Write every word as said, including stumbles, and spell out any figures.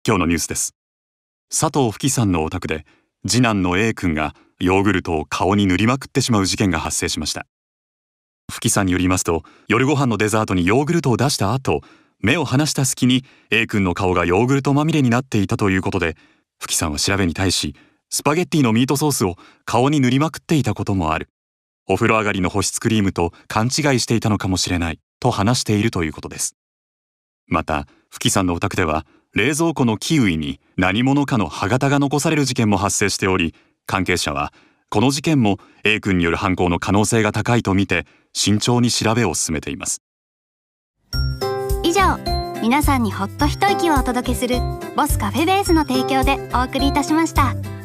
今日のニュースです。佐藤富貴さんのお宅で次男の A 君がヨーグルトを顔に塗りまくってしまう事件が発生しました。富貴さんによりますと、夜ご飯のデザートにヨーグルトを出した後、目を離した隙に A 君の顔がヨーグルトまみれになっていたということで、富貴さんは調べに対し、スパゲッティのミートソースを顔に塗りまくっていたこともある。お風呂上がりの保湿クリームと勘違いしていたのかもしれないと話しているということです。また、富貴さんのお宅では冷蔵庫のキウイに何者かの歯型が残される事件も発生しており、関係者はこの事件も A 君による犯行の可能性が高いとみて慎重に調べを進めています。 以上、皆さんにほっと一息をお届けするボスカフェベースの提供でお送りいたしました。